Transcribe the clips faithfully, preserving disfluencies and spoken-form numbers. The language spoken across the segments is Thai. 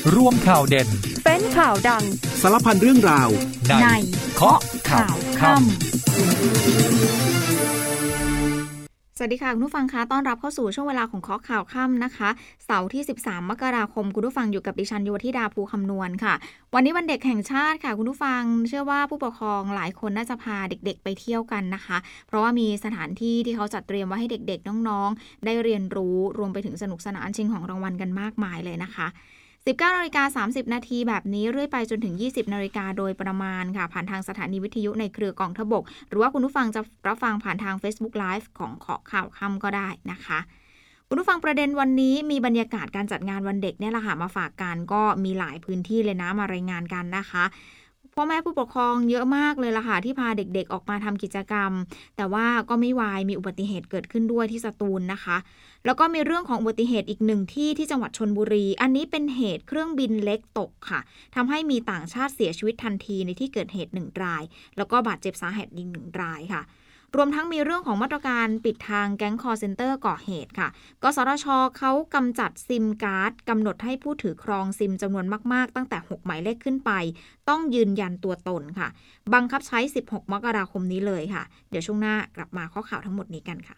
ร่วมข่าวเด่นเป็นข่าวดังสารพันเรื่องราวในเคาะข่าวค่ำสวัสดีค่ะคุณผู้ฟังคะต้อนรับเข้าสู่ช่วงเวลาของเคาะข่าวค่ำนะคะเสาร์ที่สิบสามมกราคมคุณผู้ฟังอยู่กับดิฉันยวธิดาภูคำนวณค่ะวันนี้วันเด็กแห่งชาติค่ะคุณผู้ฟังเชื่อว่าผู้ปกครองหลายคนน่าจะพาเด็กๆไปเที่ยวกันนะคะเพราะว่ามีสถานที่ที่เขาจัดเตรียมไว้ให้เด็กๆน้องๆได้เรียนรู้รวมไปถึงสนุกสนานชิงของรางวัลกันมากมายเลยนะคะสิบเก้านาฬิกาสามสิบนาทีแบบนี้เรื่อยไปจนถึงยี่สิบนาฬิกาโดยประมาณค่ะผ่านทางสถานีวิทยุในเครือกองทพบกหรือว่าคุณผู้ฟังจะรับฟังผ่านทาง Facebook Live ของเคาะข่าวค่ำก็ได้นะคะคุณผู้ฟังประเด็นวันนี้มีบรรยากาศการจัดงานวันเด็กเนี่ยแหละค่ะมาฝากกันก็มีหลายพื้นที่เลยนะมารายงานกันนะคะพ่อแม่ผู้ปกครองเยอะมากเลยล่ะค่ะที่พาเด็กๆออกมาทำกิจกรรมแต่ว่าก็ไม่วายมีอุบัติเหตุเกิดขึ้นด้วยที่สตูลนะคะแล้วก็มีเรื่องของอุบัติเหตุอีกหนึ่งที่ที่จังหวัดชลบุรีอันนี้เป็นเหตุเครื่องบินเล็กตกค่ะทำให้มีต่างชาติเสียชีวิตทันทีในที่เกิดเหตุหนึ่งรายแล้วก็บาดเจ็บสาหัสอีกหนึ่งรายค่ะรวมทั้งมีเรื่องของมาตรการปิดทางแก๊งคอลเซ็นเตอร์ก่อเหตุค่ะกสทช.เขากำจัดซิมการ์ดกำหนดให้ผู้ถือครองซิมจำนวนมากๆตั้งแต่หกหมายเลขขึ้นไปต้องยืนยันตัวตนค่ะบังคับใช้สิบหกมกราคมนี้เลยค่ะเดี๋ยวช่วงหน้ากลับมาข้อข่าวทั้งหมดนี้กันค่ะ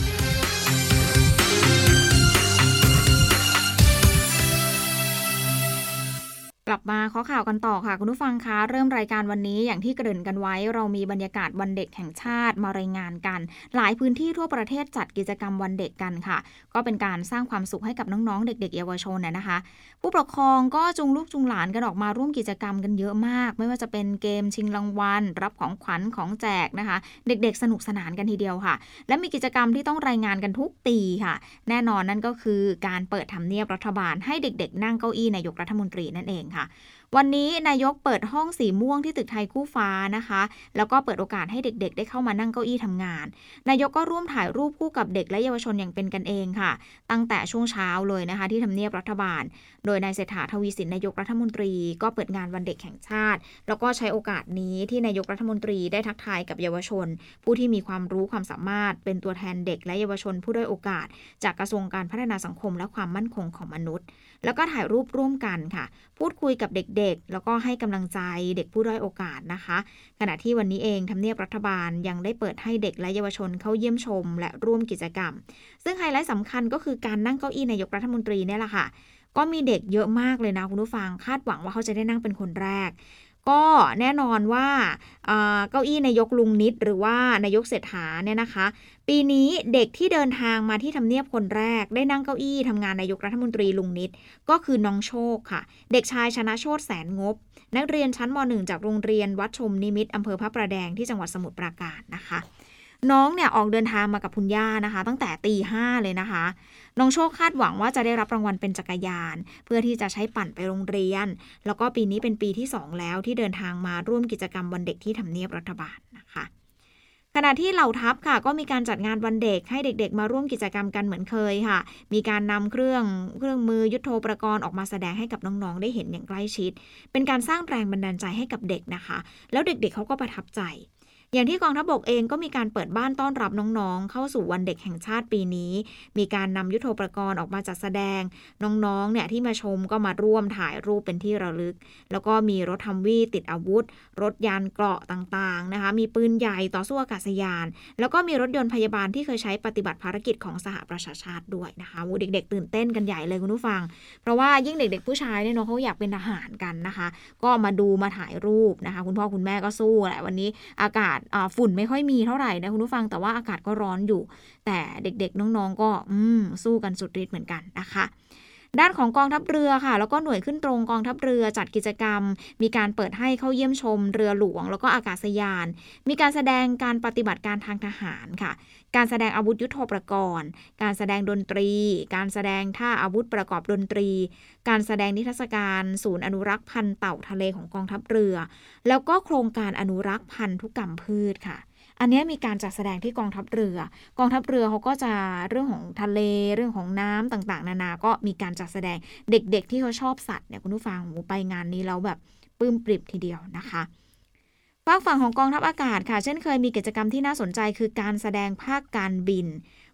กลับมาข้อข่าวกันต่อค่ะคุณผู้ฟังคะเริ่มรายการวันนี้อย่างที่เกริ่นกันไว้เรามีบรรยากาศวันเด็กแห่งชาติมารายงานกันหลายพื้นที่ทั่วประเทศจัดกิจกรรมวันเด็กกันค่ะก็เป็นการสร้างความสุขให้กับน้องๆเด็กๆเยาวชนน่ะนะคะผู้ปกครองก็จูงลูกจูงหลานกันออกมาร่วมกิจกรรมกันเยอะมากไม่ว่าจะเป็นเกมชิงรางวัลรับของขวัญของแจกนะคะเด็กๆสนุกสนานกันทีเดียวค่ะและมีกิจกรรมที่ต้องรายงานกันทุกปีค่ะแน่นอนนั่นก็คือการเปิดทำเนียบรัฐบาลให้เด็กๆนั่งเก้าอี้นายกรัฐมนตรีนั่นเองค่ะวันนี้นายกเปิดห้องสีม่วงที่ตึกไทยคู่ฟ้านะคะแล้วก็เปิดโอกาสให้เด็กๆได้เข้ามานั่งเก้าอี้ทำงานนายกก็ร่วมถ่ายรูปคู่กับเด็กและเยาวชนอย่างเป็นกันเองค่ะตั้งแต่ช่วงเช้าเลยนะคะที่ทำเนียบรัฐบาลโดยนายเศรษฐาทวีสินนายกรัฐมนตรีก็เปิดงานวันเด็กแห่งชาติแล้วก็ใช้โอกาสนี้ที่นายกรัฐมนตรีได้ทักทายกับเยาวชนผู้ที่มีความรู้ความสามารถเป็นตัวแทนเด็กและเยาวชนผู้ด้อยโอกาสจากกระทรวงการพัฒนาสังคมและความมั่นคงของมนุษย์แล้วก็ถ่ายรูปร่วมกันค่ะพูดคุยกับเด็กๆแล้วก็ให้กำลังใจเด็กผู้ด้อยโอกาสนะคะขณะที่วันนี้เองทำเนียบรัฐบาลยังได้เปิดให้เด็กและเยาวชนเข้าเยี่ยมชมและร่วมกิจกรรมซึ่งไฮไลท์สำคัญก็คือการนั่งเก้าอี้นายกรัฐมนตรีเนี่ยแหละค่ะก็มีเด็กเยอะมากเลยนะคุณผู้ฟังคาดหวังว่าเขาจะได้นั่งเป็นคนแรกก็แน่นอนว่าเก้าอี้นายกลุงนิดหรือว่านายกเศรษฐาเนี่ยนะคะปีนี้เด็กที่เดินทางมาที่ทำเนียบคนแรกได้นั่งเก้าอี้ทำงานนายกรัฐมนตรีลุงนิดก็คือน้องโชคค่ะเด็กชายชนะโชติแสนงบนักเรียนชั้นม หนึ่ง จากโรงเรียนวัดชมนิมิตรอำเภอพระประแดงที่จังหวัดสมุทรปราการนะคะน้องเนี่ยออกเดินทางมากับคุณย่านะคะตั้งแต่ตีห้าเลยนะคะน้องโชคคาดหวังว่าจะได้รับรางวัลเป็นจักรยานเพื่อที่จะใช้ปั่นไปโรงเรียนแล้วก็ปีนี้เป็นปีที่สองแล้วที่เดินทางมาร่วมกิจกรรมวันเด็กที่ทำเนียบรัฐบาลนะคะขณะที่เหล่าทัพค่ะก็มีการจัดงานวันเด็กให้เด็กๆมาร่วมกิจกรรมกันเหมือนเคยค่ะมีการนำเครื่องเครื่องมือยุทโธปกรณ์ออกมาแสดงให้กับน้องๆได้เห็นอย่างใกล้ชิดเป็นการสร้างแรงบันดาลใจให้กับเด็กนะคะแล้วเด็กๆเขาก็ประทับใจอย่างที่กองทัพบกเองก็มีการเปิดบ้านต้อนรับน้องๆเข้าสู่วันเด็กแห่งชาติปีนี้มีการนำยุทโธปกรณ์ออกมาจัดแสดงน้องๆเนี่ยที่มาชมก็มาร่วมถ่ายรูปเป็นที่ระลึกแล้วก็มีรถฮัมวี่ติดอาวุธรถยานเกราะต่างๆนะคะมีปืนใหญ่ต่อสู้อากาศยานแล้วก็มีรถยนต์พยาบาลที่เคยใช้ปฏิบัติภารกิจของสหประชาชาติด้วยนะคะเด็กๆตื่นเต้นกันใหญ่เลยคุณผู้ฟังเพราะว่ายิ่งเด็กๆผู้ชายเนี่ยเนาะเขาอยากเป็นทหารกันนะคะก็มาดูมาถ่ายรูปนะคะคุณพ่อคุณแม่ก็สู้แหละวันนี้อากาศฝุ่นไม่ค่อยมีเท่าไหร่นะคุณผู้ฟังแต่ว่าอากาศก็ร้อนอยู่แต่เด็กๆน้องๆก็อืมสู้กันสุดฤทธิ์เหมือนกันนะคะด้านของกองทัพเรือค่ะแล้วก็หน่วยขึ้นตรงกองทัพเรือจัดกิจกรรมมีการเปิดให้เข้าเยี่ยมชมเรือหลวงแล้วก็อากาศยานมีการแสดงการปฏิบัติการทางทหารค่ะการแสดงอาวุธยุทโธปกรณ์การแสดงดนตรีการแสดงท่าอาวุธประกอบดนตรีการแสดงนิทรรศการศูนย์อนุรักษ์พันธุ์เต่าทะเลของกองทัพเรือแล้วก็โครงการอนุรักษ์พันธุกรรมพืชค่ะอันนี้มีการจัดแสดงที่กองทัพเรือกองทัพเรือเขาก็จะเรื่องของทะเลเรื่องของน้ำต่างๆนานาก็มีการจัดแสดงเด็กๆที่เขาชอบสัตว์เนี่ยคุณผู้ฟังไปงานนี้แล้วแบบปลื้มปริ่มทีเดียวนะคะฝากฝั่งของกองทัพอากาศค่ะเช่นเคยมีกิจกรรมที่น่าสนใจคือการแสดงภาคการบิน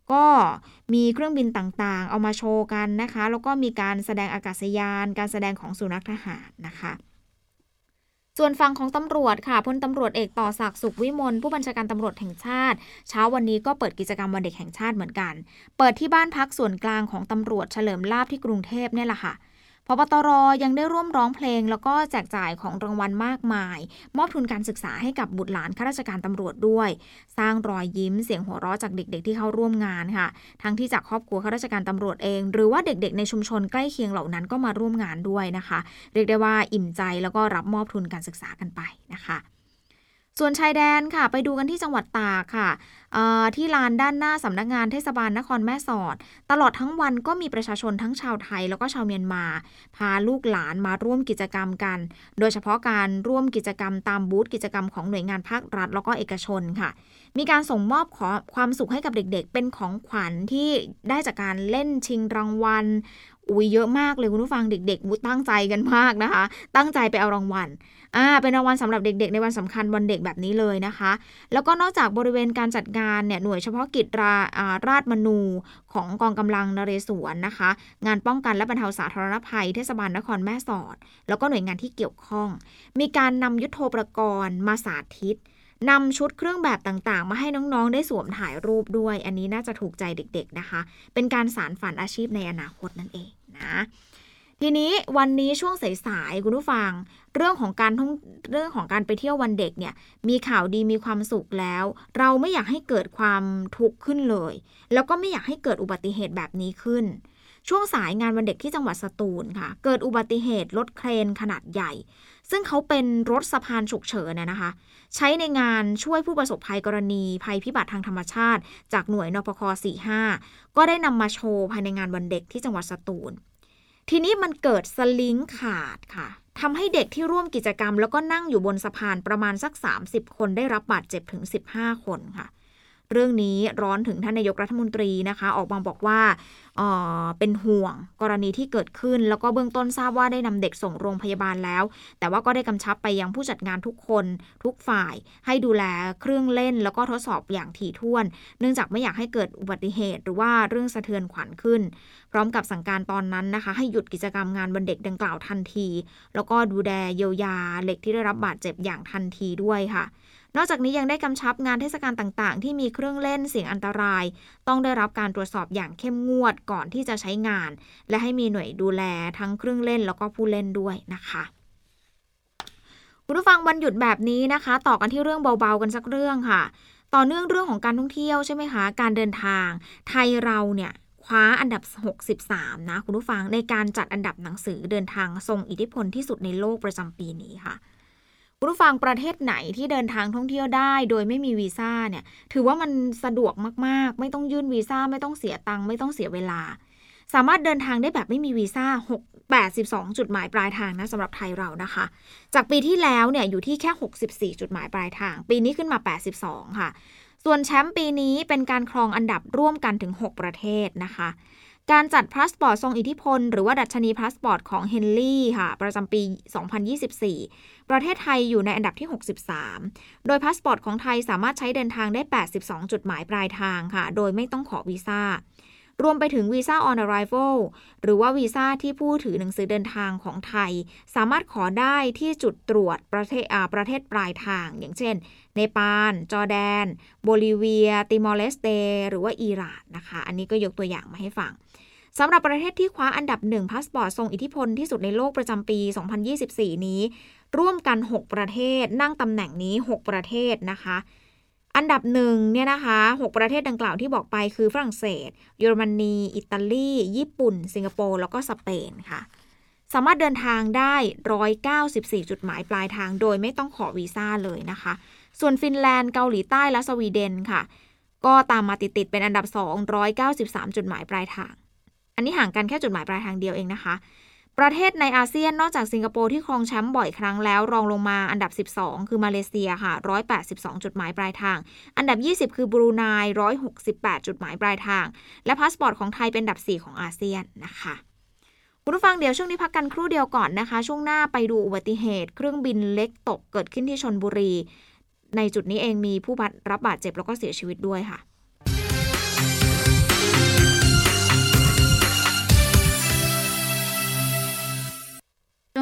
ก็มีเครื่องบินต่างๆเอามาโชว์กันนะคะแล้วก็มีการแสดงอากาศยานการแสดงของสุนัขทหารนะคะส่วนฝั่งของตำรวจค่ะพลตำรวจเอกต่อศักดิ์สุขวิมลผู้บัญชาการตำรวจแห่งชาติเช้าวันนี้ก็เปิดกิจกรรมวันเด็กแห่งชาติเหมือนกันเปิดที่บ้านพักส่วนกลางของตำรวจเฉลิมลาภที่กรุงเทพเนี่ยแหละค่ะพบตรยังได้ร่วมร้องเพลงแล้วก็แจกจ่ายของรางวัลมากมายมอบทุนการศึกษาให้กับบุตรหลานข้าราชการตำรวจด้วยสร้างรอยยิ้มเสียงหัวเราะจากเด็กๆที่เข้าร่วมงานค่ะทั้งที่จากครอบครัวข้าราชการตำรวจเองหรือว่าเด็กๆในชุมชนใกล้เคียงเหล่านั้นก็มาร่วมงานด้วยนะคะเรียกได้ว่าอิ่มใจแล้วก็รับมอบทุนการศึกษากันไปนะคะส่วนชายแดนค่ะไปดูกันที่จังหวัดตากค่ะที่ลานด้านหน้าสำนักงานเทศบาลนครแม่สอดตลอดทั้งวันก็มีประชาชนทั้งชาวไทยแล้วก็ชาวเมียนมาพาลูกหลานมาร่วมกิจกรรมกันโดยเฉพาะการร่วมกิจกรรมตามบูธกิจกรรมของหน่วยงานภาครัฐแล้วก็เอกชนค่ะมีการส่งมอบขอความสุขให้กับเด็กๆเป็นของขวัญที่ได้จากการเล่นชิงรางวัลอุ้ยเยอะมากเลยคุณผู้ฟังเด็กๆมุตั้งใจกันมากนะคะตั้งใจไปเอารางวัลอ่าเป็นรางวัลสำหรับเด็กๆในวันสำคัญวันเด็กแบบนี้เลยนะคะแล้วก็นอกจากบริเวณการจัดงานเนี่ยหน่วยเฉพาะกิจราราชมนูของกองกำลังนเรศวรนะคะงานป้องกันและบรรเทาสาธารณภัยเทศบาลนครแม่สอดแล้วก็หน่วยงานที่เกี่ยวข้องมีการนำยุทโธปกรณ์มาสาธิตนำชุดเครื่องแบบต่างๆมาให้น้องๆได้สวมถ่ายรูปด้วยอันนี้น่าจะถูกใจเด็กๆนะคะเป็นการสานฝันอาชีพในอนาคตนั่นเองนะทีนี้วันนี้ช่วงสายๆคุณผู้ฟังเรื่องของการท่องเรื่องของการไปเที่ยววันเด็กเนี่ยมีข่าวดีมีความสุขแล้วเราไม่อยากให้เกิดความทุกข์ขึ้นเลยแล้วก็ไม่อยากให้เกิดอุบัติเหตุแบบนี้ขึ้นช่วงสายงานวันเด็กที่จังหวัดสตูลค่ะเกิดอุบัติเหตุรถเครนขนาดใหญ่ซึ่งเขาเป็นรถสะพานฉุกเฉินเนี่ยนะคะใช้ในงานช่วยผู้ประสบภัยกรณีภัยพิบัติทางธรรมชาติจากหน่วยนปค สี่สิบห้าก็ได้นำมาโชว์ภายในงานวันเด็กที่จังหวัดสตูลทีนี้มันเกิดสลิงขาดค่ะทำให้เด็กที่ร่วมกิจกรรมแล้วก็นั่งอยู่บนสะพานประมาณสักสามสิบคนได้รับบาดเจ็บถึงสิบห้าคนค่ะเรื่องนี้ร้อนถึงท่านนายกรัฐมนตรีนะคะออกมาบอกว่าเอ่อเป็นห่วงกรณีที่เกิดขึ้นแล้วก็เบื้องต้นทราบว่าได้นำเด็กส่งโรงพยาบาลแล้วแต่ว่าก็ได้กำชับไปยังผู้จัดงานทุกคนทุกฝ่ายให้ดูแลเครื่องเล่นแล้วก็ทดสอบอย่างถี่ถ้วนเนื่องจากไม่อยากให้เกิดอุบัติเหตุหรือว่าเรื่องสะเทือนขวัญขึ้นพร้อมกับสั่งการตอนนั้นนะคะให้หยุดกิจกรรมงานวันเด็กดังกล่าวทันทีแล้วก็ดูแลเยียวยาเด็กที่ได้รับบาดเจ็บอย่างทันทีด้วยค่ะนอกจากนี้ยังได้กำชับงานเทศกาลต่างๆที่มีเครื่องเล่นเสี่ยงอันตรายต้องได้รับการตรวจสอบอย่างเข้มงวดก่อนที่จะใช้งานและให้มีหน่วยดูแลทั้งเครื่องเล่นแล้วก็ผู้เล่นด้วยนะคะคุณผู้ฟังวันหยุดแบบนี้นะคะต่อกันที่เรื่องเบาๆกันสักเรื่องค่ะต่อเนื่องเรื่องของการท่องเที่ยวใช่ไหมคะการเดินทางไทยเราเนี่ยคว้าอันดับหกสิบสามนะคุณผู้ฟังในการจัดอันดับหนังสือเดินทางทรงอิทธิพลที่สุดในโลกประจำปีนี้ค่ะคุณผู้ฟังประเทศไหนที่เดินทางท่องเที่ยวได้โดยไม่มีวีซ่าเนี่ยถือว่ามันสะดวกมากๆไม่ต้องยื่นวีซ่าไม่ต้องเสียตังค์ไม่ต้องเสียเวลาสามารถเดินทางได้แบบไม่มีวีซ่าหก แปดสิบสองจุดหมายปลายทางนะสำหรับไทยเรานะคะจากปีที่แล้วเนี่ยอยู่ที่แค่หกสิบสี่จุดหมายปลายทางปีนี้ขึ้นมาแปดสิบสองค่ะส่วนแชมป์ปีนี้เป็นการครองอันดับร่วมกันถึงหกประเทศนะคะการจัดพาสปอร์ตทรงอิทธิพลหรือว่าดัชนีพาสปอร์ตของเฮนลี่ค่ะประจำปีสองพันยี่สิบสี่ประเทศไทยอยู่ในอันดับที่หกสิบสามโดยพาสปอร์ตของไทยสามารถใช้เดินทางได้แปดสิบสองจุดหมายปลายทางค่ะโดยไม่ต้องขอวีซ่ารวมไปถึงวีซ่า on arrival หรือว่าวีซ่าที่ผู้ถือหนังสือเดินทางของไทยสามารถขอได้ที่จุดตรวจประเทศอ่าประเทศปลายทางอย่างเช่นเนปาลจอร์แดนโบลิเวียติมอร์เลสเตหรือว่าอิหร่านนะคะอันนี้ก็ยกตัวอย่างมาให้ฟังสำหรับประเทศที่คว้าอันดับหนึ่งพาสปอร์ตทรงอิทธิพลที่สุดในโลกประจำปีสองพันยี่สิบสี่นี้ร่วมกันหกประเทศนั่งตำแหน่งนี้หกประเทศนะคะอันดับหนึ่งเนี่ยนะคะหกประเทศดังกล่าวที่บอกไปคือฝรั่งเศสเยอรมนีอิตาลีญี่ปุ่นสิงคโปร์แล้วก็สเปนค่ะสามารถเดินทางได้หนึ่งร้อยเก้าสิบสี่จุดหมายปลายทางโดยไม่ต้องขอวีซ่าเลยนะคะส่วนฟินแลนด์เกาหลีใต้และสวีเดนค่ะก็ตามมาติดๆเป็นอันดับสองหนึ่งร้อยเก้าสิบสามจุดหมายปลายทางอันนี้ห่างกันแค่จุดหมายปลายทางเดียวเองนะคะประเทศในอาเซียนนอกจากสิงคโปร์ที่ครองแชมป์บ่อยครั้งแล้วรองลงมาอันดับสิบสองคือมาเลเซียค่ะหนึ่งร้อยแปดสิบสองจุดหมายปลายทางอันดับยี่สิบคือบรูไนหนึ่งร้อยหกสิบแปดจุดหมายปลายทางและพาสปอร์ตของไทยเป็นอันดับสี่ของอาเซียนนะคะคุณผู้ฟังเดี๋ยวช่วงนี้พักกันครู่เดียวก่อนนะคะช่วงหน้าไปดูอุบัติเหตุเครื่องบินเล็กตกเกิดขึ้นที่ชลบุรีในจุดนี้เองมีผู้รับบาดเจ็บแล้วก็เสียชีวิตด้วยค่ะ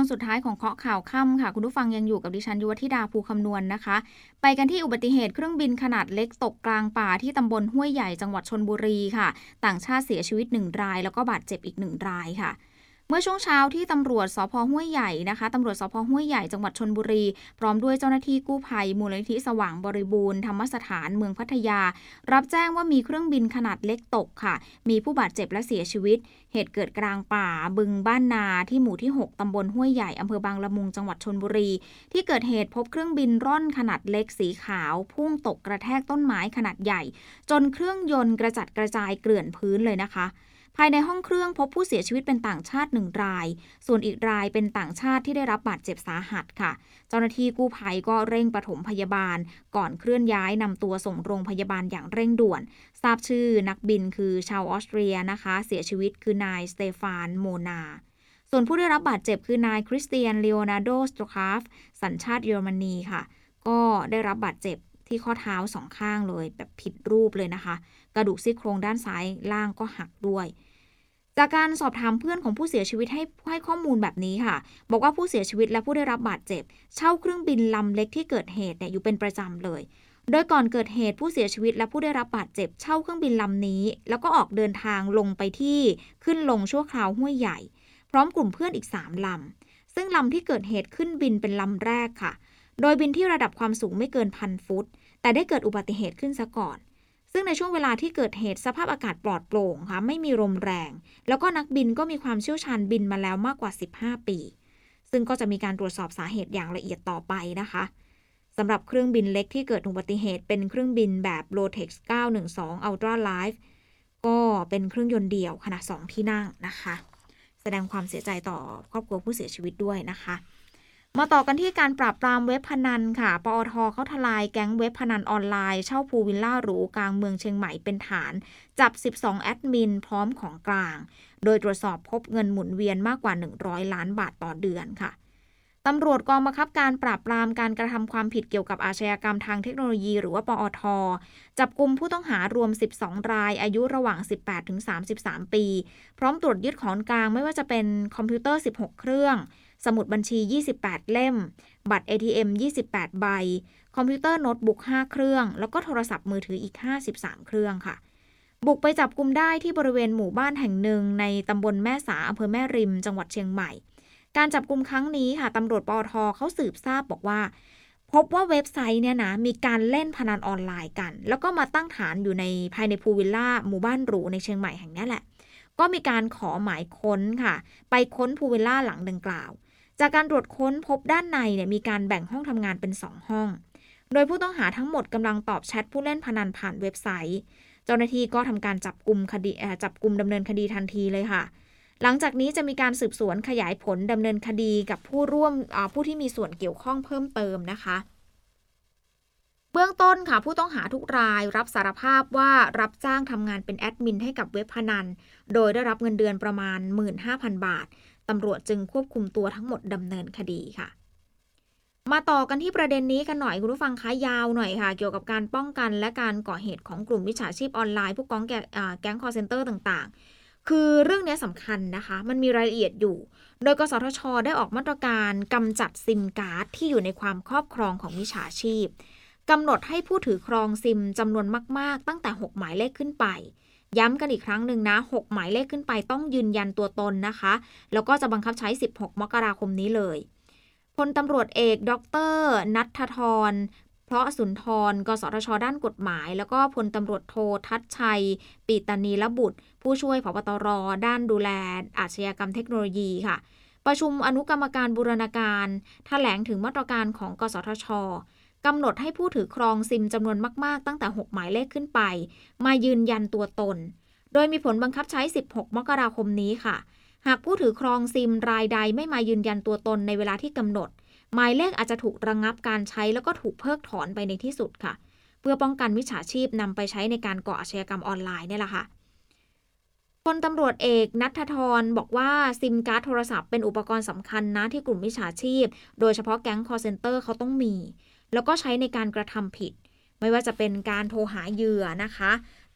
สุดท้ายของเคาะข่าวค่ำค่ะคุณผู้ฟังยังอยู่กับดิฉันยุวธิดาภูคำนวณ นะคะไปกันที่อุบัติเหตุเครื่องบินขนาดเล็กตกกลางป่าที่ตำบลห้วยใหญ่จังหวัดชลบุรีค่ะต่างชาติเสียชีวิตหนึ่งรายแล้วก็บาดเจ็บอีกหนึ่งรายค่ะเมื่อช่วงเช้าที่ตำรวจสภ.ห้วยใหญ่นะคะตำรวจสภ.ห้วยใหญ่จังหวัดชลบุรีพร้อมด้วยเจ้าหน้าที่กู้ภัยมูลนิธิสว่างบริบูรณ์ธรรมสถานเมืองพัทยารับแจ้งว่ามีเครื่องบินขนาดเล็กตกค่ะมีผู้บาดเจ็บและเสียชีวิตเหตุเกิดกลางป่าบึงบ้านนาที่หมู่ที่หกตำบลห้วยใหญ่อำเภอบางละมุงจังหวัดชลบุรีที่เกิดเหตุพบเครื่องบินร่อนขนาดเล็กสีขาวพุ่งตกกระแทกต้นไม้ขนาดใหญ่จนเครื่องยนต์กระจัดกระจายเกลื่อนพื้นเลยนะคะภายในห้องเครื่องพบผู้เสียชีวิตเป็นต่างชาติหนึ่งรายส่วนอีกรายเป็นต่างชาติที่ได้รับบาดเจ็บสาหัสค่ะเจ้าหน้าที่กู้ภัยก็เร่งปฐมพยาบาลก่อนเคลื่อนย้ายนำตัวส่งโรงพยาบาลอย่างเร่งด่วนทราบชื่อนักบินคือชาวออสเตรียนะคะเสียชีวิตคือนายสเตฟานโมนาส่วนผู้ได้รับบาดเจ็บคือนายคริสเตียนเลโอนาร์โดสโตคาฟสัญชาติเยอรมนีค่ะก็ได้รับบาดเจ็บที่ข้อเท้าสองข้างเลยแบบผิดรูปเลยนะคะกระดูกซี่โครงด้านซ้ายล่างก็หักด้วยจากการสอบถามเพื่อนของผู้เสียชีวิตให้ให้ข้อมูลแบบนี้ค่ะบอกว่าผู้เสียชีวิตและผู้ได้รับบาดเจ็บเช่าเครื่องบินลำเล็กที่เกิดเหตุเนี่ยอยู่เป็นประจำเลยโดยก่อนเกิดเหตุผู้เสียชีวิตและผู้ได้รับบาดเจ็บเช่าเครื่องบินลำนี้แล้วก็ออกเดินทางลงไปที่ขึ้นลงชั่วคราวห้วยใหญ่พร้อมกลุ่มเพื่อนอีกสามลำซึ่งลำที่เกิดเหตุขึ้นบินเป็นลำแรกค่ะโดยบินที่ระดับความสูงไม่เกินพันฟุตแต่ได้เกิดอุบัติเหตุขึ้นซะก่อนซึ่งในช่วงเวลาที่เกิดเหตุสภาพอากาศปลอดโปร่งค่ะไม่มีลมแรงแล้วก็นักบินก็มีความเชี่ยวชาญบินมาแล้วมากกว่าสิบห้าปีซึ่งก็จะมีการตรวจสอบสาเหตุอย่างละเอียดต่อไปนะคะสำหรับเครื่องบินเล็กที่เกิดอุบัติเหตุเป็นเครื่องบินแบบ Lotex เก้าหนึ่งสอง Ultra Light ก็เป็นเครื่องยนต์เดี่ยวขนาดสองที่นั่งนะคะแสดงความเสียใจต่อครอบครัวผู้เสียชีวิตด้วยนะคะมาต่อกันที่การปราบปรามเว็บพนันค่ะปอท.เขาทลายแก๊งเว็บพนันออนไลน์เช่าพูลวิลล่าหรูกลางเมืองเชียงใหม่เป็นฐานจับสิบสองแอดมินพร้อมของกลางโดยตรวจสอบพบเงินหมุนเวียนมากกว่าหนึ่งร้อยล้านบาทต่อเดือนค่ะตำรวจกองบังคับการปราบปรามการกระทำความผิดเกี่ยวกับอาชญากรรมทางเทคโนโลยีหรือว่าปอท.จับกุมผู้ต้องหารวมสิบสองรายอายุระหว่าง สิบแปดถึงสามสิบสาม ปีพร้อมตรวจยึดของกลางไม่ว่าจะเป็นคอมพิวเตอร์สิบหกเครื่องสมุดบัญชียี่สิบแปดเล่มบัตร เอ ที เอ็ม ยี่สิบแปดใบคอมพิวเตอร์โน้ตบุ๊กห้าเครื่องแล้วก็โทรศัพท์มือถืออีกห้าสิบสามเครื่องค่ะบุกไปจับกุมได้ที่บริเวณหมู่บ้านแห่งหนึ่งในตำบลแม่สาอำเภอแม่ริมจังหวัดเชียงใหม่การจับกุมครั้งนี้ค่ะตำรวจปอท.เขาสืบทราบบอกว่าพบว่าเว็บไซต์เนี่ยนะมีการเล่นพนันออนไลน์กันแล้วก็มาตั้งฐานอยู่ในภายในพูลวิลล่าหมู่บ้านหรูในเชียงใหม่แห่งนี้แหละก็มีการขอหมายค้นค่ะไปค้นพูลวิลล่าหลังดังกล่าวจากการตรวจค้นพบด้านในเนี่ยมีการแบ่งห้องทำงานเป็นสองห้องโดยผู้ต้องหาทั้งหมดกำลังตอบแชทผู้เล่นพนันผ่านเว็บไซต์เจ้าหน้าที่ก็ทำการจับกุมคดีจับกุมดำเนินคดีทันทีเลยค่ะหลังจากนี้จะมีการสืบสวนขยายผลดำเนินคดีกับผู้ร่วมผู้ที่มีส่วนเกี่ยวข้องเพิ่มเติมนะคะเบื้องต้นค่ะผู้ต้องหาทุกรายรับสารภาพว่ารับจ้างทำงานเป็นแอดมินให้กับเว็บพนันโดยได้รับเงินเดือนประมาณ หนึ่งหมื่นห้าพัน บาทตำรวจจึงควบคุมตัวทั้งหมดดำเนินคดีค่ะมาต่อกันที่ประเด็นนี้กันหน่อยคุณผู้ฟังคะยาวหน่อยค่ะเกี่ยวกับการป้องกันและการก่อเหตุของกลุ่มมิจฉาชีพออนไลน์ผู้กองแก๊งแก๊งคอลเซ็นเตอร์ต่างๆคือเรื่องนี้สำคัญนะคะมันมีรายละเอียดอยู่โดยกสทช.ได้ออกมาตรการกำจัดซิมการ์ดที่อยู่ในความครอบครองของมิจฉาชีพกำหนดให้ผู้ถือครองซิมจำนวนมากๆตั้งแต่หกหมายเลขขึ้นไปย้ำกันอีกครั้งหนึ่งนะหกหมายเลขขึ้นไปต้องยืนยันตัวตนนะคะแล้วก็จะบังคับใช้สิบหกมกราคมนี้เลยพลตำรวจเอกดร.ณัฐธรเพราะสุนทรกสทช.ด้านกฎหมายแล้วก็พลตำรวจโททัชชัยปิตานีละบุตรผู้ช่วยผบตร.ด้านดูแลอาชญากรรมเทคโนโลยีค่ะประชุมอนุกรรมการบูรณาการแถลงถึงมาตรการของกสทช.กำหนดให้ผู้ถือครองซิมจำนวนมากๆตั้งแต่หกหมายเลขขึ้นไปมายืนยันตัวตนโดยมีผลบังคับใช้สิบหกมกราคมนี้ค่ะหากผู้ถือครองซิมรายใดไม่มายืนยันตัวตนในเวลาที่กำหนดหมายเลขอาจจะถูกระงับการใช้แล้วก็ถูกเพิกถอนไปในที่สุดค่ะเพื่อป้องกันมิจฉาชีพนำไปใช้ในการก่ออาชญากรรมออนไลน์นี่แหละค่ะพลตำรวจเอกณัฐธรบอกว่าซิมการ์ดโทรศัพท์เป็นอุปกรณ์สำคัญนะที่กลุ่มมิจฉาชีพโดยเฉพาะแก๊งคอลเซ็นเตอร์เขาต้องมีแล้วก็ใช้ในการกระทำผิดไม่ว่าจะเป็นการโทรหาเหยื่อนะคะ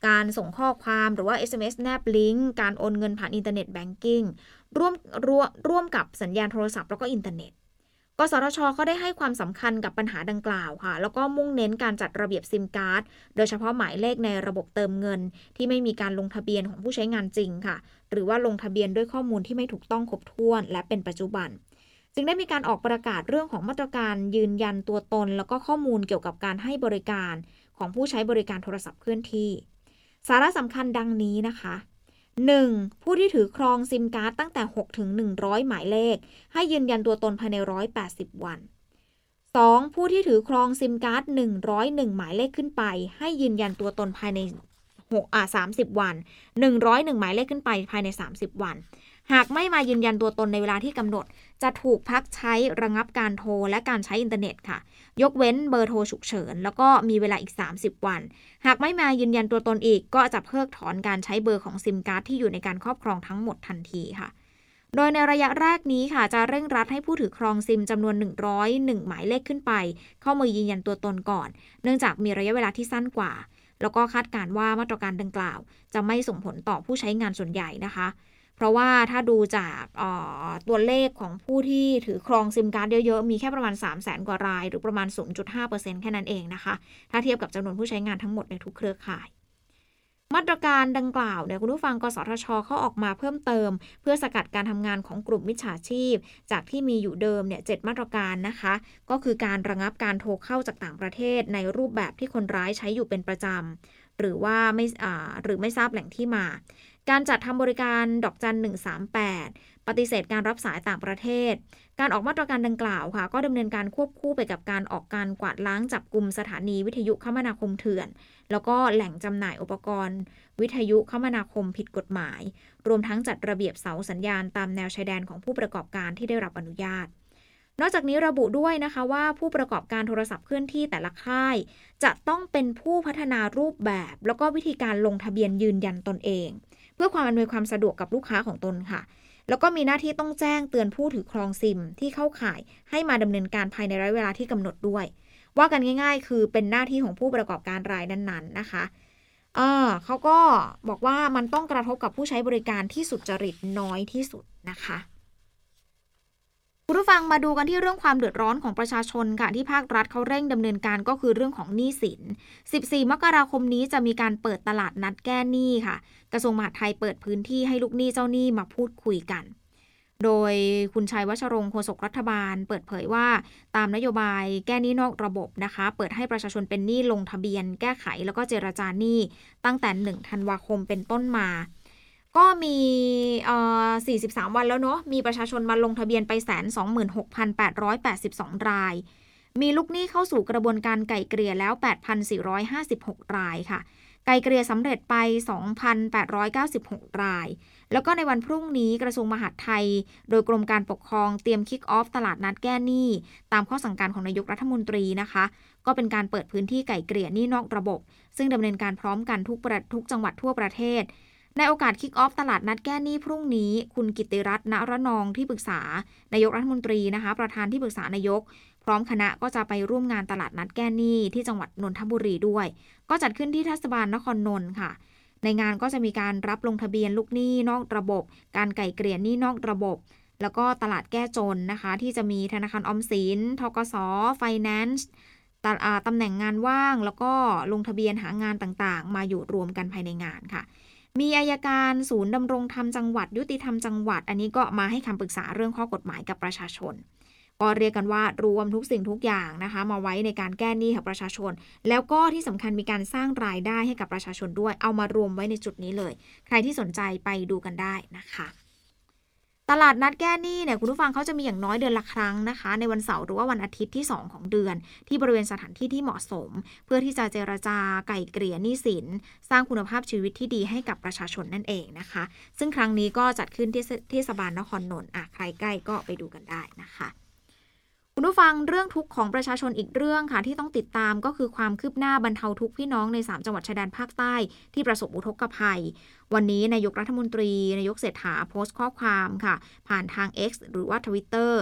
การส่งข้อความหรือว่า เอส เอ็ม เอส แนบลิงก์การโอนเงินผ่านอินเทอร์เน็ตแบงกิ้งร่วมร่วมร่วมกับสัญญาณโทรศัพท์แล้วก็อินเทอร์เน็ตกสทช.ก็ได้ให้ความสำคัญกับปัญหาดังกล่าวค่ะแล้วก็มุ่งเน้นการจัดระเบียบซิมการ์ดโดยเฉพาะหมายเลขในระบบเติมเงินที่ไม่มีการลงทะเบียนของผู้ใช้งานจริงค่ะหรือว่าลงทะเบียนด้วยข้อมูลที่ไม่ถูกต้องครบถ้วนและเป็นปัจจุบันจึงได้มีการออกประกาศเรื่องของมาตรการยืนยันตัวตนแล้วก็ข้อมูลเกี่ยวกับการให้บริการของผู้ใช้บริการโทรศัพท์เคลื่อนที่สาระสำคัญดังนี้นะคะหนึ่งผู้ที่ถือครองซิมการ์ดตั้งแต่หกถึงหนึ่งร้อยหมายเลขให้ยืนยันตัวตนภายในหนึ่งร้อยแปดสิบวันสองผู้ที่ถือครองซิมการ์ดหนึ่งร้อยเอ็ดหมายเลขขึ้นไปให้ยืนยันตัวตนภายในหกอ่าสามสิบวันหนึ่งร้อยเอ็ดหมายเลขขึ้นไปภายในสามสิบวันหากไม่มายืนยันตัวตนในเวลาที่กำหนดจะถูกพักใช้ระงับการโทรและการใช้อินเทอร์เน็ตค่ะยกเว้นเบอร์โทรฉุกเฉินแล้วก็มีเวลาอีกสามสิบวันหากไม่มายืนยันตัวตนอีกก็จะเพิกถอนการใช้เบอร์ของซิมการ์ดที่อยู่ในการครอบครองทั้งหมดทันทีค่ะโดยในระยะแรกนี้ค่ะจะเร่งรัดให้ผู้ถือครองซิมจำนวนหนึ่งร้อยเอ็ดหมายเลขขึ้นไปเข้ามายืนยันตัวตนก่อนเนื่องจากมีระยะเวลาที่สั้นกว่าแล้วก็คาดการณ์ว่ามาตรการดังกล่าวจะไม่ส่งผลต่อผู้ใช้งานส่วนใหญ่นะคะเพราะว่าถ้าดูจากตัวเลขของผู้ที่ถือครองซิมการ์ดเยอะๆมีแค่ประมาณ สามแสน กว่ารายหรือประมาณ ศูนย์จุดห้าเปอร์เซ็นต์ แค่นั้นเองนะคะถ้าเทียบกับจำนวนผู้ใช้งานทั้งหมดในทุกเครือข่ายมาตรการดังกล่าวเนี่ยคุณผู้ฟังกสทช.เขาออกมาเพิ่มเติมเพื่อสกัดการทำงานของกลุ่มมิจฉาชีพจากที่มีอยู่เดิมเนี่ยเจ็ดมาตรการนะคะก็คือการระงับการโทรเข้าจากต่างประเทศในรูปแบบที่คนร้ายใช้อยู่เป็นประจำหรือว่าไม่อ่าหรือไม่ทราบแหล่งที่มาการจัดทำบริการดอกจันหนึ่งสามแปดปฏิเสธการรับสายต่างประเทศการออกมาตรการดังกล่าวค่ะก็ดำเนินการควบคู่ไปกับการออกการกวาดล้างจับกุมสถานีวิทยุคมนาคมเถื่อนแล้วก็แหล่งจำหน่ายอุปกรณ์วิทยุคมนาคมผิดกฎหมายรวมทั้งจัดระเบียบเสาสัญญาณตามแนวชายแดนของผู้ประกอบการที่ได้รับอนุญาตนอกจากนี้ระบุด้วยนะคะว่าผู้ประกอบการโทรศัพท์เคลื่อนที่แต่ละค่ายจะต้องเป็นผู้พัฒนารูปแบบแล้วก็วิธีการลงทะเบียนยืนยันตนเองเพื่อความอำนวยความสะดวกกับลูกค้าของตนค่ะแล้วก็มีหน้าที่ต้องแจ้งเตือนผู้ถือครองซิมที่เข้าข่ายให้มาดำเนินการภายในระยะเวลาที่กำหนดด้วยว่ากันง่ายๆคือเป็นหน้าที่ของผู้ประกอบการรายนั้นๆนะคะเออเขาก็บอกว่ามันต้องกระทบกับผู้ใช้บริการที่สุจริตน้อยที่สุดนะคะคุณผู้ฟังมาดูกันที่เรื่องความเดือดร้อนของประชาชนค่ะที่ภาครัฐเขาเร่งดำเนินการก็คือเรื่องของหนี้สินสิบสี่มกราคมนี้จะมีการเปิดตลาดนัดแก้หนี้ค่ะกระทรวงมหาดไทยเปิดพื้นที่ให้ลูกหนี้เจ้าหนี้มาพูดคุยกันโดยคุณชัยวัชรงค์โฆษกรัฐบาลเปิดเผยว่าตามนโยบายแก้หนี้นอกระบบนะคะเปิดให้ประชาชนเป็นหนี้ลงทะเบียนแก้ไขแล้วก็เจรจาหนี้ตั้งแต่หนึ่งธันวาคมเป็นต้นมาก็มีเอ่อสี่สิบสามวันแล้วเนาะมีประชาชนมาลงทะเบียนไป หนึ่งแสนสองหมื่นหกพันแปดร้อยแปดสิบสอง รายมีลูกหนี้เข้าสู่กระบวนการไกล่เกลี่ยแล้ว แปดพันสี่ร้อยห้าสิบหก รายค่ะไกล่เกลี่ยสำเร็จไป สองพันแปดร้อยเก้าสิบหก รายแล้วก็ในวันพรุ่งนี้กระทรวงมหาดไทยโดยกรมการปกครองเตรียมคิกออฟตลาดนัดแก้หนี้ตามข้อสั่งการของนายกรัฐมนตรีนะคะก็เป็นการเปิดพื้นที่ไกล่เกลี่ยหนี้นอกระบบซึ่งดำเนินการพร้อมกันทุกประทุกจังหวัดทั่วประเทศในโอกาสคิกออฟตลาดนัดแก้หนี้พรุ่งนี้คุณกิตติรัตน์ ณ ระนองที่ปรึกษานายกรัฐมนตรีนะคะประธานที่ปรึกษานายกพร้อมคณะก็จะไปร่วมงานตลาดนัดแก้หนี้ที่จังหวัดนนทบุรีด้วยก็จัดขึ้นที่เทศบาลนครนนท์ค่ะในงานก็จะมีการรับลงทะเบียนลูกหนี้นอกระบบการไกล่เกลี่ยหนี้นอกระบบแล้วก็ตลาดแก้จนนะคะที่จะมีธนาคารออมสินธกส.ไฟแนนซ์ตำแหน่งงานว่างแล้วก็ลงทะเบียนหางานต่างๆมาอยู่รวมกันภายในงานค่ะมีอัยการศูนย์ดำรงธรรมจังหวัดยุติธรรมจังหวัดอันนี้ก็มาให้คำปรึกษาเรื่องข้อกฎหมายกับประชาชนก็เรียกกันว่ารวมทุกสิ่งทุกอย่างนะคะมาไว้ในการแก้หนี้ให้ประชาชนแล้วก็ที่สำคัญมีการสร้างรายได้ให้กับประชาชนด้วยเอามารวมไว้ในจุดนี้เลยใครที่สนใจไปดูกันได้นะคะตลาดนัดแก้หนี้เนี่ยคุณผู้ฟังเขาจะมีอย่างน้อยเดือนละครั้งนะคะในวันเสาร์หรือว่าวันอาทิตย์ที่สองของเดือนที่บริเวณสถานที่ที่เหมาะสมเพื่อที่จะเจรจาไกล่เกลี่ยหนี้สินสร้างคุณภาพชีวิตที่ดีให้กับประชาชนนั่นเองนะคะซึ่งครั้งนี้ก็จัดขึ้นที่เทศบาลนครนนท์อ่ะใครใกล้ก็ไปดูกันได้นะคะคุณผู้ฟังเรื่องทุกข์ของประชาชนอีกเรื่องค่ะที่ต้องติดตามก็คือความคืบหน้าบรรเทาทุกข์พี่น้องในสามจังหวัดชายแดนภาคใต้ที่ประสบอุทกภัยวันนี้นายกรัฐมนตรีนายกเศรษฐาโพสต์ข้อความค่ะผ่านทาง X หรือว่า Twitter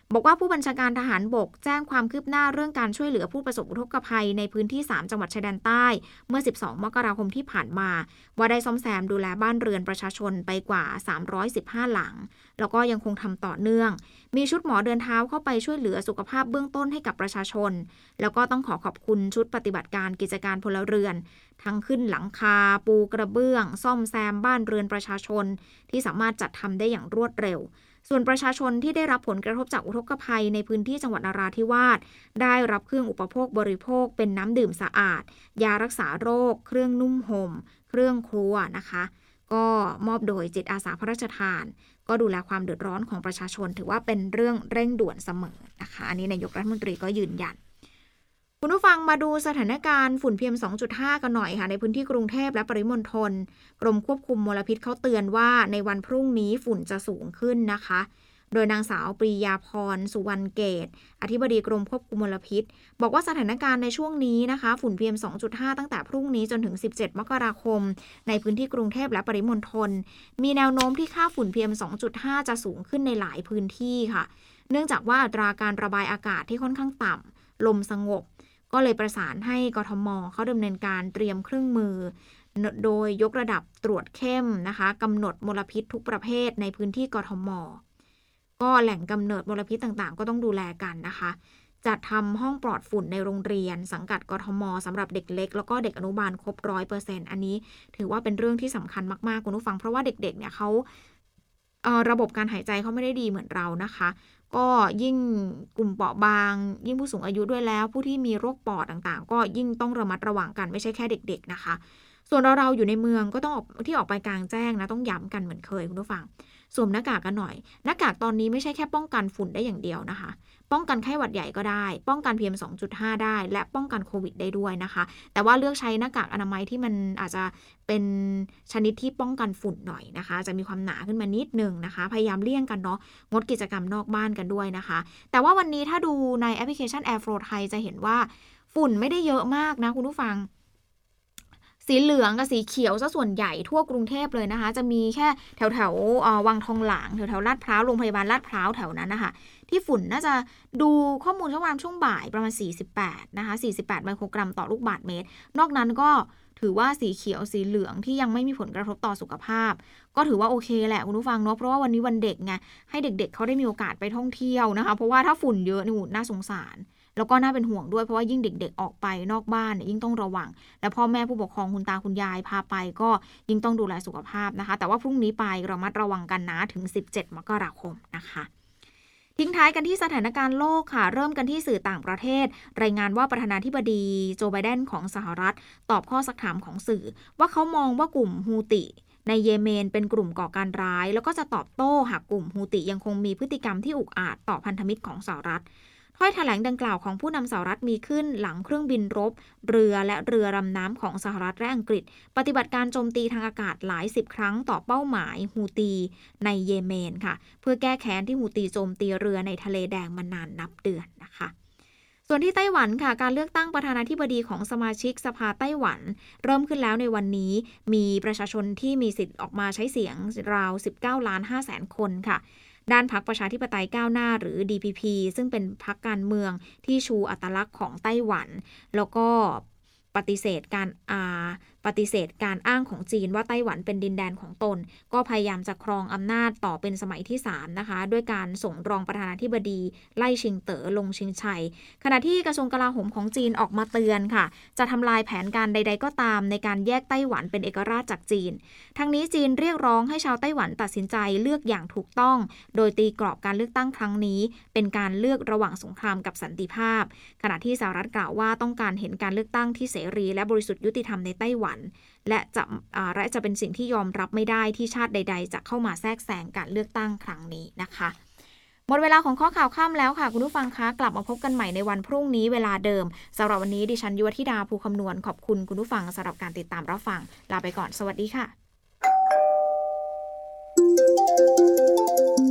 บอกว่าผู้บัญชาการทหารบกแจ้งความคืบหน้าเรื่องการช่วยเหลือผู้ประสบอุทกภัยในพื้นที่สามจังหวัดชายแดนใต้เมื่อสิบสองมกราคมที่ผ่านมาว่าได้ซ่อมแซมดูแลบ้านเรือนประชาชนไปกว่าสามร้อยสิบห้าหลังแล้วก็ยังคงทำต่อเนื่องมีชุดหมอเดินเท้าเข้าไปช่วยเหลือสุขภาพเบื้องต้นให้กับประชาชนแล้วก็ต้องขอขอบคุณชุดปฏิบัติการกิจการพลเรือนทั้งขึ้นหลังคาปูกระเบื้องซ่อมแซมบ้านเรือนประชาชนที่สามารถจัดทำได้อย่างรวดเร็วส่วนประชาชนที่ได้รับผลกระทบจากอุทกภัยในพื้นที่จังหวัดนราธิวาสได้รับเครื่องอุปโภคบริโภคเป็นน้ำดื่มสะอาดยารักษาโรคเครื่องนุ่มห่มเครื่องครัวนะคะก็มอบโดยจิตอาสาพระราชทานก็ดูแลความเดือดร้อนของประชาชนถือว่าเป็นเรื่องเร่งด่วนเสมอนะคะอันนี้นายกรัฐมนตรีก็ยืนยันคุณผู้ฟังมาดูสถานการณ์ฝุ่น พี เอ็ม สองจุดห้า กันหน่อยค่ะในพื้นที่กรุงเทพและปริมณฑลกรมควบคุมมลพิษเขาเตือนว่าในวันพรุ่งนี้ฝุ่นจะสูงขึ้นนะคะโดยนางสาวปรียาพรสุวรรณเกตอธิบดีกรมควบคุมมลพิษบอกว่าสถานการณ์ในช่วงนี้นะคะฝุ่น พี เอ็ม สองจุดห้า ตั้งแต่พรุ่งนี้จนถึงสิบเจ็ดมกราคมในพื้นที่กรุงเทพและปริมณฑลมีแนวโน้มที่ค่าฝุ่น พี เอ็ม สองจุดห้า จะสูงขึ้นในหลายพื้นที่ค่ะเนื่องจากว่าอัตราการระบายอากาศที่ค่อนข้างต่ำลมสงบก็เลยประสานให้กทม.เขาดำเนินการเตรียมเครื่องมือโดยยกระดับตรวจเข้มนะคะกำหนดมลพิษทุกประเภทในพื้นที่กทม.ก็แหล่งกำเนิดมลพิษต่างๆก็ต้องดูแลกันนะคะจัดทำห้องปลอดฝุ่นในโรงเรียนสังกัดกทม.สำหรับเด็กเล็กแล้วก็เด็กอนุบาลครบ ร้อยเปอร์เซ็นต์ อันนี้ถือว่าเป็นเรื่องที่สำคัญมากๆคุณผู้ฟังเพราะว่าเด็กๆเนี่ยเขาเอ่อระบบการหายใจเขาไม่ได้ดีเหมือนเรานะคะก็ยิ่งกลุ่มเปราะบางยิ่งผู้สูงอายุด้วยแล้วผู้ที่มีโรคปอดต่างๆก็ยิ่งต้องระมัดระวังกันไม่ใช่แค่เด็กๆนะคะส่วนเราเราอยู่ในเมืองก็ต้องออกที่ออกไปกลางแจ้งนะต้องย้ำกันเหมือนเคยคุณผู้ฟังสวมหน้ากากกันหน่อยหน้ากากตอนนี้ไม่ใช่แค่ป้องกันฝุ่นได้อย่างเดียวนะคะป้องกันไข้หวัดใหญ่ก็ได้ป้องกัน พี เอ็ม สองจุดห้า ได้และป้องกันโควิดได้ด้วยนะคะแต่ว่าเลือกใช้หน้ากากอนามัยที่มันอาจจะเป็นชนิดที่ป้องกันฝุ่นหน่อยนะคะจะมีความหนาขึ้นมานิดนึงนะคะพยายามเลี่ยงกันเนาะงดกิจกรรมนอกบ้านกันด้วยนะคะแต่ว่าวันนี้ถ้าดูในแอปพลิเคชัน Airflow ไทยจะเห็นว่าฝุ่นไม่ได้เยอะมากนะคุณผู้ฟังสีเหลืองกับสีเขียวซะส่วนใหญ่ทั่วกรุงเทพเลยนะคะจะมีแค่แถวแถววังทองหลางแถวแถวลาดพร้าวโรงพยาบาลลาดพร้าวแถวนั้นนะคะที่ฝุ่นน่าจะดูข้อมูลช่วงวันช่วงบ่ายประมาณสี่สิบแปดนะคะสี่สิบแปดไมโครกรัมต่อลูกบาศก์เมตรนอกนั้นก็ถือว่าสีเขียวสีเหลืองที่ยังไม่มีผลกระทบต่อสุขภาพก็ถือว่าโอเคแหละคุณผู้ฟังเนาะเพราะว่าวันนี้วันเด็กไงให้เด็กๆ เ, เขาได้มีโอกาสไปท่องเที่ยวนะคะเพราะว่าถ้าฝุ่นเยอะนี่น่าสงสารแล้วก็น่าเป็นห่วงด้วยเพราะว่ายิ่งเด็กๆออกไปนอกบ้านเนี่ยยิ่งต้องระวังและพ่อแม่ผู้ปกครองคุณตาคุณยายพาไปก็ยิ่งต้องดูแลสุขภาพนะคะแต่ว่าพรุ่งนี้ไประมัดระวังกันนะถึงสิบเจ็ดมกราคมนะคะทิ้งท้ายกันที่สถานการณ์โลกค่ะเริ่มกันที่สื่อต่างประเทศรายงานว่าประธานาธิบดีโจไบเดนของสหรัฐตอบข้อซักถามของสื่อว่าเขามองว่ากลุ่มฮูติในเยเมนเป็นกลุ่มก่อการร้ายแล้วก็จะตอบโต้หากกลุ่มฮูติยังคงมีพฤติกรรมที่อุกอาจต่อพันธมิตรของสหรัฐถ้อยแถลงดังกล่าวของผู้นำสหรัฐมีขึ้นหลังเครื่องบินรบเรือและเรือรำน้ำของสหรัฐและอังกฤษปฏิบัติการโจมตีทางอากาศหลายสิบครั้งต่อเป้าหมายฮูตีในเยเมนค่ะเพื่อแก้แค้นที่ฮูตีโจมตีเรือในทะเลแดงมานานนับเดือนนะคะส่วนที่ไต้หวันค่ะการเลือกตั้งประธานาธิบดีของสมาชิกสภาไต้หวันเริ่มขึ้นแล้วในวันนี้มีประชาชนที่มีสิทธิ์ออกมาใช้เสียงราวสิบเก้าล้านห้าแสนคนค่ะด้านพรรคประชาธิปไตยก้าวหน้าหรือ ดี พี พี ซึ่งเป็นพรรคการเมืองที่ชูอัตลักษณ์ของไต้หวันแล้วก็ปฏิเสธการอาปฏิเสธการอ้างของจีนว่าไต้หวันเป็นดินแดนของตนก็พยายามจะครองอำนาจต่อเป็นสมัยที่สามนะคะด้วยการส่งรองประธานาธิบดีไล่ชิงเต๋อลงชิงชัยขณะที่กระทรวงกลาโหมของจีนออกมาเตือนค่ะจะทำลายแผนการใดๆก็ตามในการแยกไต้หวันเป็นเอกราชจากจีนทั้งนี้จีนเรียกร้องให้ชาวไต้หวันตัดสินใจเลือกอย่างถูกต้องโดยตีกรอบการเลือกตั้งครั้งนี้เป็นการเลือกระหว่างสงครามกับสันติภาพขณะที่สหรัฐกล่าวว่าต้องการเห็นการเลือกตั้งที่เสรีและบริสุทธิ์ยุติธรรมในไต้หวันและจะและจะเป็นสิ่งที่ยอมรับไม่ได้ที่ชาติใดๆจะเข้ามาแทรกแซงการเลือกตั้งครั้งนี้นะคะหมดเวลาของข้อข่าวค่ำแล้วค่ะคุณผู้ฟังคะกลับมาพบกันใหม่ในวันพรุ่งนี้เวลาเดิมสำหรับวันนี้ดิฉันยุวธิดาภูคำนวณขอบคุณคุณผู้ฟังสำหรับการติดตามรับฟังลาไปก่อนสวัสดีค่ะย่อโล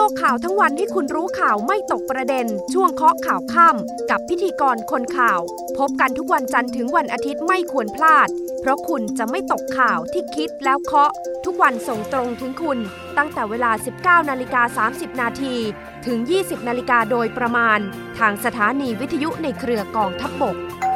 กข่าวทั้งวันให้คุณรู้ข่าวไม่ตกประเด็นช่วงเคาะข่าวค่ำกับพิธีกรคนข่าวพบกันทุกวันจันทร์ถึงวันอาทิตย์ไม่ควรพลาดเพราะคุณจะไม่ตกข่าวที่คิดแล้วเคาะทุกวันส่งตรงถึงคุณตั้งแต่เวลา สิบเก้านาฬิกาสามสิบนาทีถึง ยี่สิบนาฬิกาโดยประมาณทางสถานีวิทยุในเครือกองทัพบก